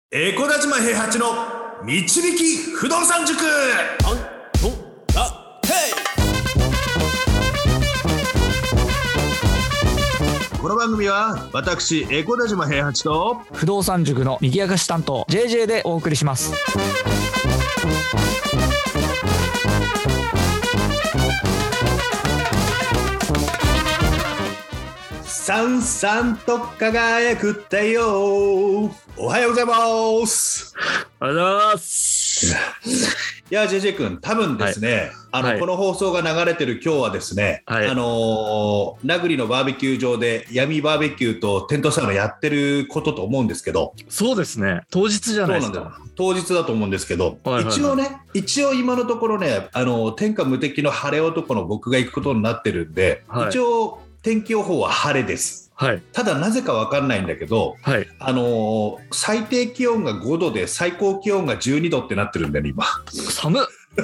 エコダ島平八の導き不動産塾。この番組は私エコダ島平八と不動産塾の右明かし担当 JJ でお送りします。 さんさんと輝く太陽。おはようございます。 おはようございます。 いや JJ 君、多分ですね、この放送が流れてる今日はですね、名栗のバーベキュー場で闇バーベキューとテントサウナやってることと思うんですけど。 そうですね、当日じゃないですか。 そうなんだ、当日だと思うんですけど、一応今のところね、天下無敵の晴れ男の僕が行くことになってるんで、一応天気予報は晴れです。ただなぜか分かんないんだけど、最低気温が5度で最高気温が12度ってなってるんだよね今。 寒っ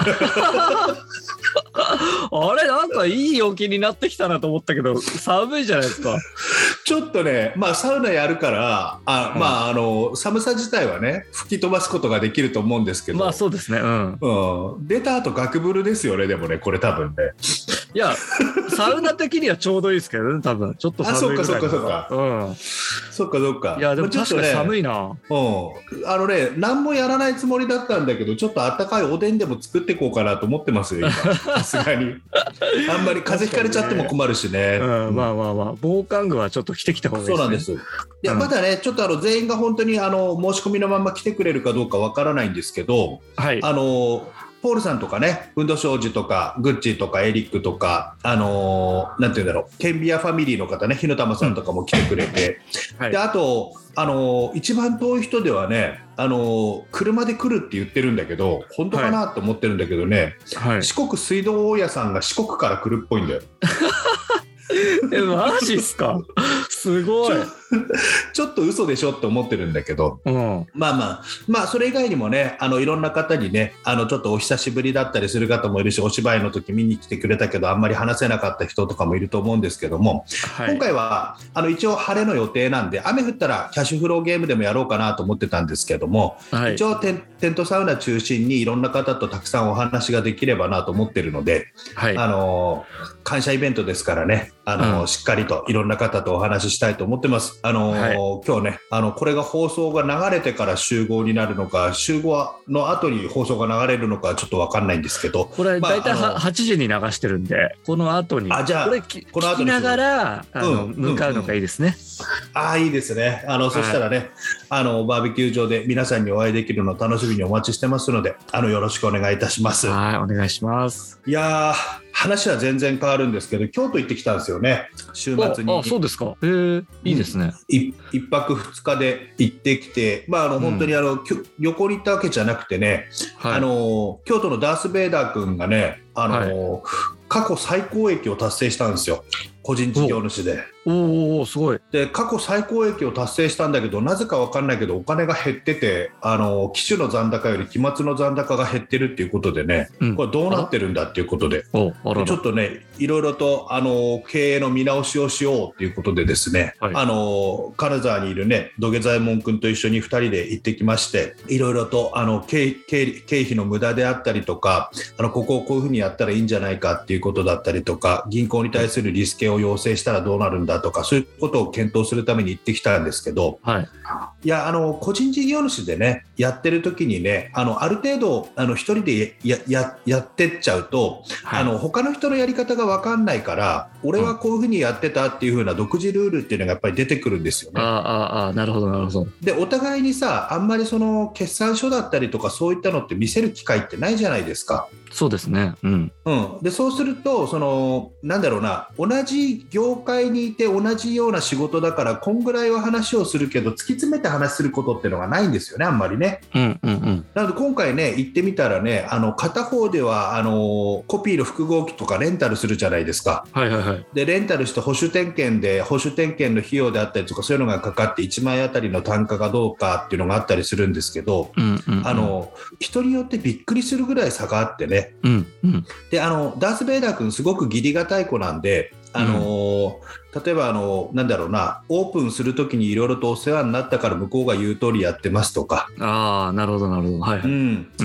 あれ、なんかいい陽気になってきたなと思ったけど寒いじゃないですか。 ちょっとね、サウナやるから寒さ自体はね吹き飛ばすことができると思うんですけど、 そうですね、 出た後ガクブルですよね。でもねこれ多分ね、 いやサウナ的にはちょうどいいですけどね、多分ちょっと寒いぐらい。 そっか。 いやでも確かに寒いな。 何もやらないつもりだったんだけど、ちょっとあったかいおでんでも作っていこうかなと思ってますよ今。さすがにあんまり風邪ひかれちゃっても困るしね。 防寒具はちょっと着てきた方がいいですね。 そうなんです。いやまだねちょっと全員が本当に申し込みのまま来てくれるかどうかわからないんですけど、ポールさんとかね、運動商事とかグッチとかエリックとかなんていうんだろう、ケンビアファミリーの方ね、日野玉さんとかも来てくれて、であと一番遠い人ではね、車で来るって言ってるんだけど、本当かなと思ってるんだけどね、四国水道大家さんが四国から来るっぽいんだよ。 マジっすか。すごい。 ちょっと嘘でしょって思ってるんだけど、それ以外にもね、いろんな方にね、ちょっとお久しぶりだったりする方もいるし、お芝居の時見に来てくれたけどあんまり話せなかった人とかもいると思うんですけども、今回は一応晴れの予定なんで、雨降ったらキャッシュフローゲームでもやろうかなと思ってたんですけども、一応テントサウナ中心にいろんな方とたくさんお話ができればなと思ってるので、感謝イベントですからね、しっかりといろんな方とお話ししたいと思ってます。今日ね、これが放送が流れてから集合になるのか、集合の後に放送が流れるのかちょっと分かんないんですけど、これ大体8時に流してるんで、この後にこれ聞きながら向かうのがいいですね。 いいですね。そしたらね、バーベキュー場で皆さんにお会いできるのを楽しみにお待ちしてますので、よろしくお願いいたします。 お願いします。 いやー、話は全然変わるんですけど、京都行ってきたんですよね、週末に。 そうですか。いいですね。 1泊2日で行ってきて、本当に旅行に行ったわけじゃなくてね、京都のダース・ベイダー君がね、過去最高益を達成したんですよ、個人事業主で。 すごい。で過去最高益を達成したんだけど、なぜか分かんないけどお金が減ってて、期首の残高より期末の残高が減ってるっていうことでね、これどうなってるんだっていうことで、ちょっとねいろいろと経営の見直しをしようっていうことでですね、金沢にいるね土下左衛門君と一緒に2人で行ってきまして、いろいろと経費の無駄であったりとか、ここをこういうふうにやったらいいんじゃないかっていうことだったりとか、銀行に対するリスケを要請したらどうなるんだとか、そういうことを検討するために行ってきたんですけど、いや個人事業主でねやってる時にね、ある程度一人で やってっちゃうと、他の人のやり方が分かんないから、俺はこういうふうにやってたっていう風な独自ルールっていうのがやっぱり出てくるんですよね。 なるほどなるほど。 でお互いにさ、あんまりその決算書だったりとかそういったのって見せる機会ってないじゃないですか。 そうですね。 でそうするとなんだろうな、同じ業界にいて同じような仕事だからこんぐらいは話をするけど突き詰めて話することっていうのがないんですよね、あんまりね。なので今回ね行ってみたらね、片方ではコピーの複合機とかレンタルするじゃないですか。でレンタルして保守点検の費用であったりとかそういうのがかかって1万円あたりの単価がどうかっていうのがあったりするんですけど、人によってびっくりするぐらい差があってね。でダース・ベイダー君すごく義理がたい子なんで、 例えばなんだろうな、オープンするときにいろいろとお世話になったから向こうが言う通りやってますとか。 ああ、なるほどなるほど、はいはい、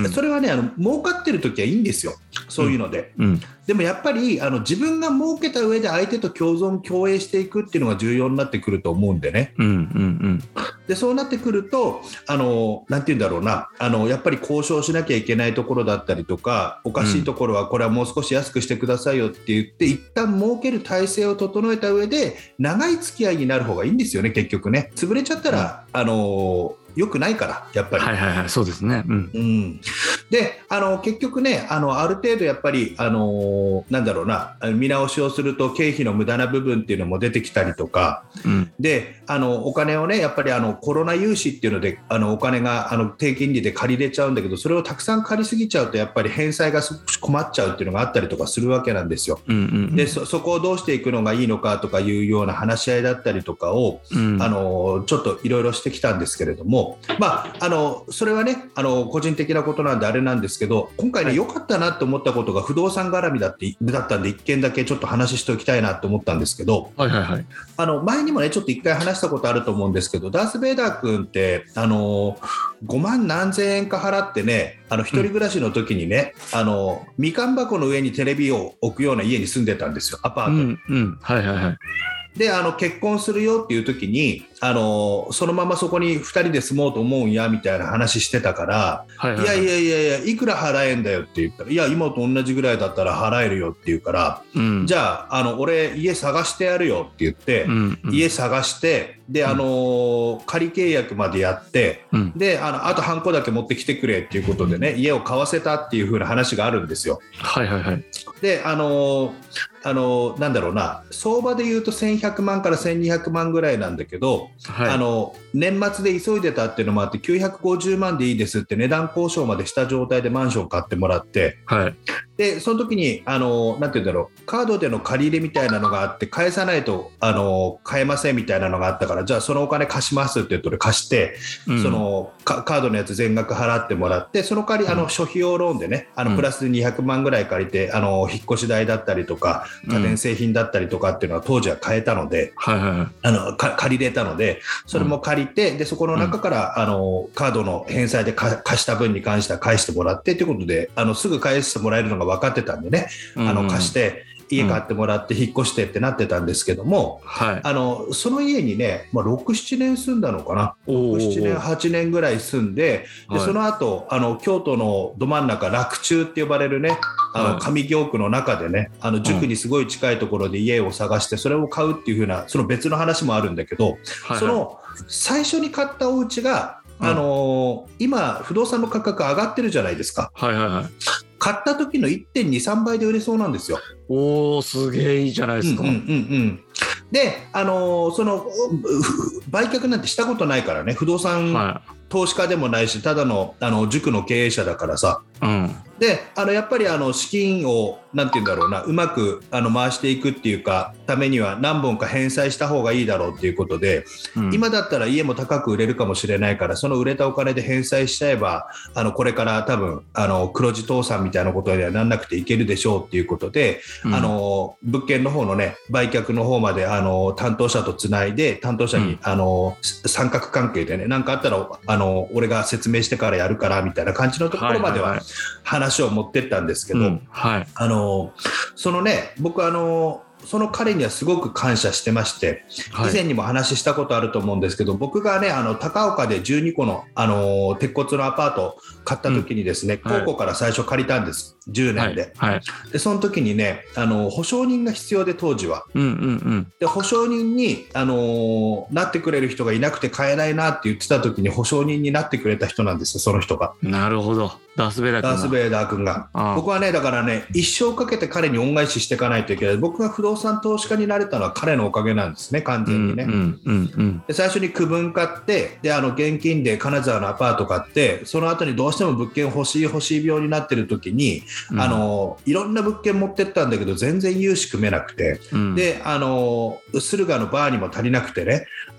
それはね、儲かってるときはいいんですよ、そういうので。でもやっぱり自分が儲けた上で相手と共存共栄していくっていうのが重要になってくると思うんでね。でそうなってくるとなんて言うんだろうな、やっぱり交渉しなきゃいけないところだったりとか、おかしいところはこれはもう少し安くしてくださいよって言って一旦儲ける体制を整えた上で長い付き合いになる方がいいんですよね。結局ね、潰れちゃったら、良くないからやっぱり。 そうですね。 で結局ねある程度やっぱりなんだろうな、見直しをすると経費の無駄な部分っていうのも出てきたりとか、でお金をねやっぱりコロナ融資っていうのでお金が低金利で借りれちゃうんだけど、それをたくさん借りすぎちゃうとやっぱり返済が困っちゃうっていうのがあったりとかするわけなんですよ。でそこをどうしていくのがいいのかとかいうような話し合いだったりとかを、ちょっといろいろしてきたんですけれども、それはね個人的なことなんであれなんですけど、今回ね良かったなと思ったことが不動産絡みだったんで1件だけちょっと話しておきたいなと思ったんですけど、前にもねちょっと1回話したことあると思うんですけど、ダース・ベイダー君って5万何千円か払ってね一人暮らしの時にね、みかん箱の上にテレビを置くような家に住んでたんですよ、アパート。で結婚するよっていう時にそのままそこに2人で住もうと思うんやみたいな話してたから、いやいくら払えんだよって言ったら、いや今と同じぐらいだったら払えるよって言うから、じゃあ俺家探してやるよって言って、家探してで仮契約までやって、であとハンコだけ持ってきてくれっていうことでね、家を買わせたっていう風な話があるんですよ。でなんだろうな、相場で言うと1100万から1200万ぐらいなんだけど、年末で急いでたっていうのもあって950万でいいですって値段交渉までした状態でマンション買ってもらって、でその時になんて言うんだろう、カードでの借り入れみたいなのがあって返さないと買えませんみたいなのがあったから、じゃあそのお金貸しますって言って貸して、そのカードのやつ全額払ってもらって、その代わり諸費用ローンでねプラス200万ぐらい借りて引っ越し代だったりとか家電製品だったりとかっていうのは当時は買えたので、借りれたのでそれも借りて、でそこの中からカードの返済で貸した分に関しては返してもらってということで、すぐ返してもらえるのが分かってたんでね、貸して家買ってもらって引っ越してってなってたんですけども、その家にね、6、7年住んだのかな、6、7年8年ぐらい住んで、その後京都のど真ん中洛中って呼ばれるね上京区の中でね塾にすごい近いところで家を探してそれを買うっていう風なその別の話もあるんだけど、その最初に買ったお家が今不動産の価格上がってるじゃないですか。買った時の 1.2、3倍で売れそうなんですよ。 すげえいいじゃないですか。 でその売却なんてしたことないからね、不動産、投資家でもないし、ただの塾の経営者だからさ、でやっぱり資金をなんて言うんだろうな、うまく回していくっていうかためには何本か返済した方がいいだろうっていうことで、今だったら家も高く売れるかもしれないから、その売れたお金で返済しちゃえばこれから多分黒字倒産みたいなことにはならなくていけるでしょうっていうことで、物件の方のね売却の方まで担当者とつないで、担当者に三角関係でね、何かあったら俺が説明してからやるからみたいな感じのところまでは話を持ってったんですけど、そのね僕その彼にはすごく感謝してまして、以前にも話したことあると思うんですけど、僕がね高岡で12個の鉄骨のアパートを買った時にですね、高校から最初借りたんです、10年で。でその時にね保証人が必要で、当時は、で保証人になってくれる人がいなくて買えないなって言ってた時に保証人になってくれた人なんですよ、その人が。 なるほど、ダース・ベイダー君が。僕はねだからね一生かけて彼に恩返ししていかないといけない。僕が不動産投資家になれたのは彼のおかげなんですね、完全にね。で最初に区分買って、で現金で金沢のアパート買って、その後にどうしても物件欲しい病になってる時に、いろんな物件持ってったんだけど全然融資組めなくて、で駿河のバーにも足りなくてね、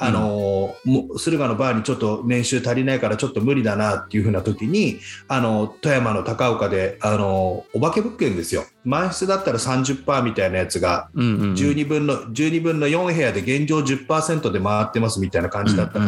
駿河のバーにちょっと年収足りないからちょっと無理だなっていう風な時に富山の高岡でお化け物件ですよ。満室だったら 30% みたいなやつが12分の4部屋で現状 10% で回ってますみたいな感じだったから、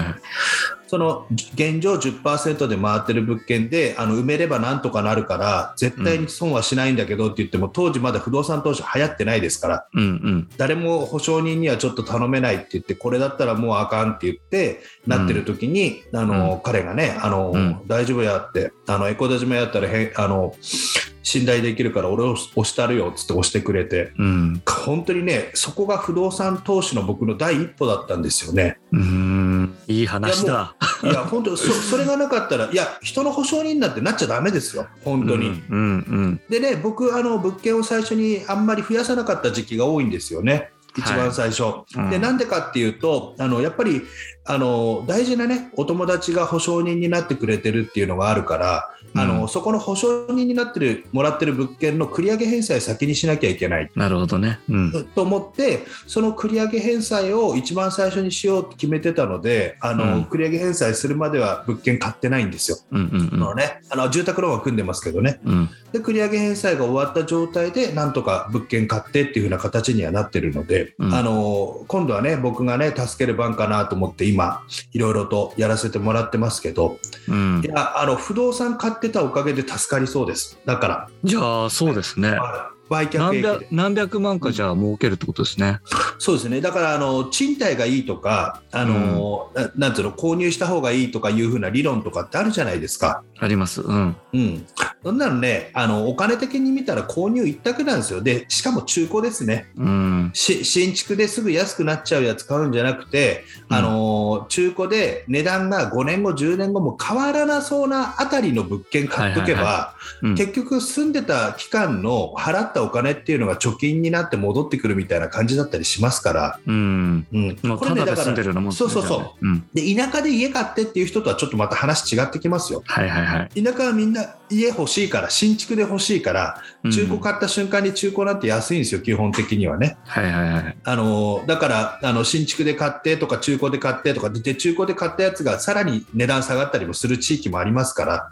その現状 10% で回ってる物件で埋めればなんとかなるから絶対に損はしないんだけどって言っても、当時まだ不動産投資流行ってないですから、誰も保証人にはちょっと頼めないって言って、これだったらもうあかんって言ってなってる時に、彼がね大丈夫やって江古田島やったら信頼できるから俺を押したるよっつって押してくれて、本当にねそこが不動産投資の僕の第一歩だったんですよね。 いい話だ。 いや本当それがなかったら人の保証人なんてなっちゃダメですよ本当に。でね僕物件を最初にあんまり増やさなかった時期が多いんですよね、一番最初、でなんでかっていうとやっぱり大事なねお友達が保証人になってくれてるっていうのがあるから、そこの保証人になってもらってる物件の繰り上げ返済先にしなきゃいけない。 なるほどね、 と思ってその繰り上げ返済を一番最初にしようと決めてたので繰り上げ返済するまでは物件買ってないんですよ。住宅ローンは組んでますけどね、で繰り上げ返済が終わった状態でなんとか物件買ってっていう風な形にはなってるので、今度はね僕がね助ける番かなと思って今いろいろとやらせてもらってますけど、いや不動産買ってたおかげで助かりそうです。だからじゃあそうですね、 売却益で何百万かじゃあ儲けるってことですね。 そうですね。だから賃貸がいいとかなんていうの購入した方がいいとかいう風な理論とかってあるじゃないですか。 あります。 そんなのねお金的に見たら購入一択なんですよ。でしかも中古ですね、新築ですぐ安くなっちゃうやつ買うんじゃなくて、中古で値段が5年後10年後も変わらなそうなあたりの物件買っとけば、結局住んでた期間の払ったお金っていうのが貯金になって戻ってくるみたいな感じだったりしますから、 これねだからそうで田舎で家買ってっていう人とはちょっとまた話違ってきますよ。田舎はみんな家欲しいから新築で欲しいから中古買った瞬間に中古なんて安いんですよ基本的にはね。だから新築で買ってとか中古で買ってとかで中古で買ったやつがさらに値段下がったりもする地域もありますから、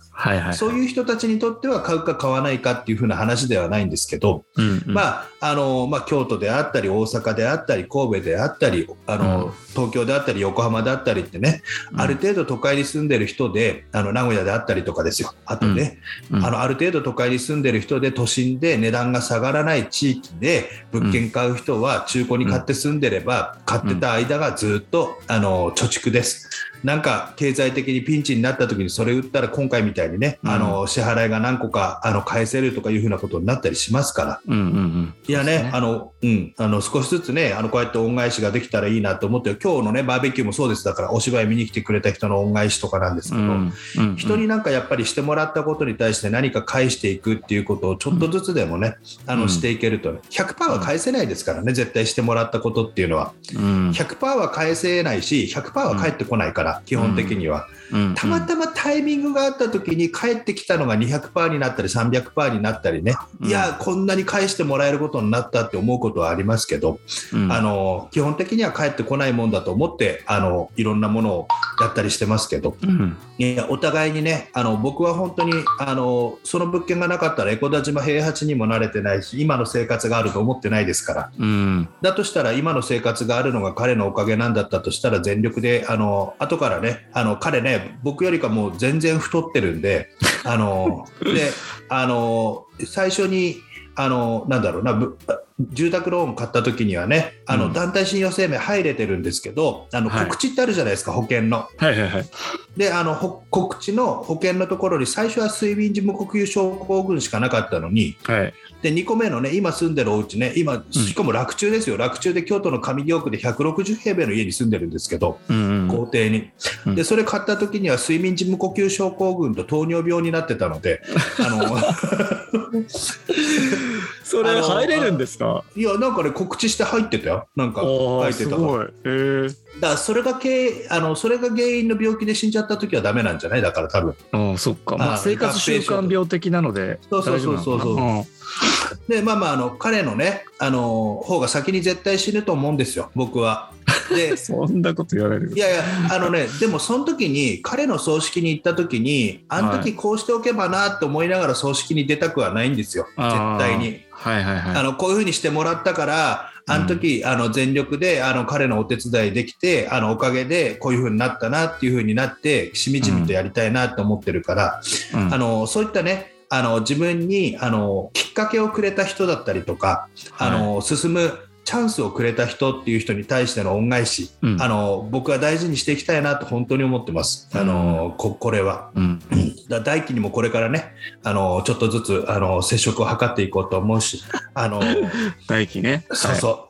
そういう人たちにとっては買うか買わないかっていう風な話ではないんですけど、京都であったり大阪であったり神戸であったり東京であったり横浜であったりってね、ある程度都会に住んでる人で名古屋であったりとかですよ。あとね、ある程度都会に住んでる人で都心で値段が下がらない地域で物件買う人は中古に買って住んでれば、買ってた間がずっと貯蓄です。なんか経済的にピンチになった時にそれ売ったら今回みたいにね、支払いが何個か返せるとかいうふうなことになったりしますから、いやね、少しずつねこうやって恩返しができたらいいなと思って、今日のねバーベキューもそうです。だからお芝居見に来てくれた人の恩返しとかなんですけど、人になんかやっぱりしてもらったことに対して何か返していくっていうことをちょっとずつでもねしていけると、ね、100% は返せないですからね、絶対してもらったことっていうのは、100% は返せないし 100% は返ってこないから、基本的には、たまたまタイミングがあった時に返ってきたのが 200% になったり 300% になったりね、いやこんなに返してもらえることになったって思うことはありますけど、基本的には返ってこないもんだと思っていろんなものをやったりしてますけど、いやお互いにね僕は本当にその物件がなかったら江古田島平八にも慣れてないし今の生活があると思ってないですから、だとしたら今の生活があるのが彼のおかげなんだったとしたら全力で後からね彼ね僕よりかもう全然太ってるんでで最初になんだろうな住宅ローン買った時にはね団体信用生命入れてるんですけど告知ってあるじゃないですか、保険の。で告知の保険のところに最初は睡眠時無呼吸症候群しかなかったのに、で2個目のね今住んでるお家ね今しかも洛中ですよ、洛中で京都の上京区で160平米の家に住んでるんですけど、豪邸に。でそれ買った時には睡眠時無呼吸症候群と糖尿病になってたのでそれ入れるんですか？ いやなんかね告知して入ってたよ、なんか書いてたから。だからそれが原因の病気で死んじゃった時はダメなんじゃない？だから多分そっか、生活習慣病的なので大丈夫なのかな。 で彼のね方が先に絶対死ぬと思うんですよ僕は。 でそんなこと言われる。 いやでもその時に彼の葬式に行った時にあの時こうしておけばなと思いながら葬式に出たくはないんですよ、絶対に。こういう風にしてもらったからあの時全力で彼のお手伝いできておかげでこういう風になったなっていう風になってしみじみとやりたいなと思ってるから、そういったね自分にきっかけをくれた人だったりとか、進むチャンスをくれた人っていう人に対しての恩返し、僕は大事にしていきたいなと本当に思ってます。これは、だ大輝にもこれからねちょっとずつ接触を図っていこうと思うし大輝ね、 そう、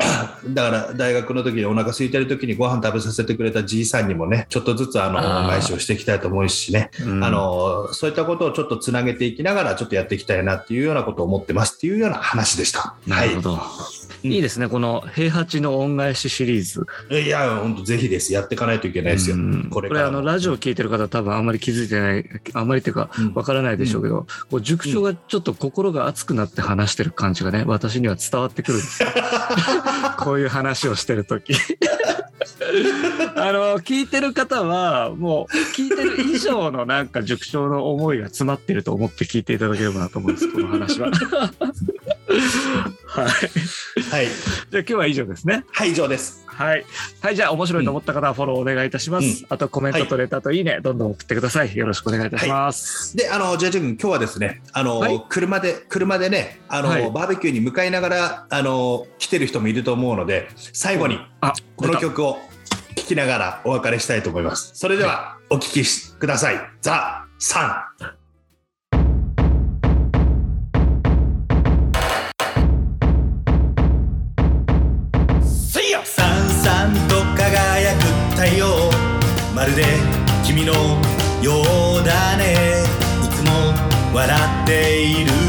だから大学の時にお腹空いてる時にご飯食べさせてくれたじいさんにもねちょっとずつ恩返しをしていきたいと思うしね、そういったことをちょっとつなげていきながらちょっとやっていきたいなっていうようなことを思ってますっていうような話でした。 なるほど、いいですね、この平八の恩返しシリーズ。 いや本当ぜひです、やっていかないといけないですよ。これラジオ聞いてる方多分あんまり気づいてない、あんまりっていうかわからないでしょうけど、こう塾長がちょっと心が熱くなって話してる感じがね、私には伝わってくるんですよこういう話をしてるとき聞いてる方はもう聞いてる以上のなんか塾長の思いが詰まってると思って聞いていただければなと思うんです、この話ははい、 はい、 じゃあ今日は以上ですね。 はい、以上です。 はい、はい、じゃあ面白いと思った方はフォローお願いいたします、あとコメントとレターといいね、どんどん送ってください。よろしくお願いいたします、 でジャージ君、今日はですね車でねバーベキューに向かいながら来てる人もいると思うので、最後にこの曲を聴きながらお別れしたいと思います。それではお聴きください。ザ・サン。さんと輝く太陽、まるで君のようだね。いつも笑っている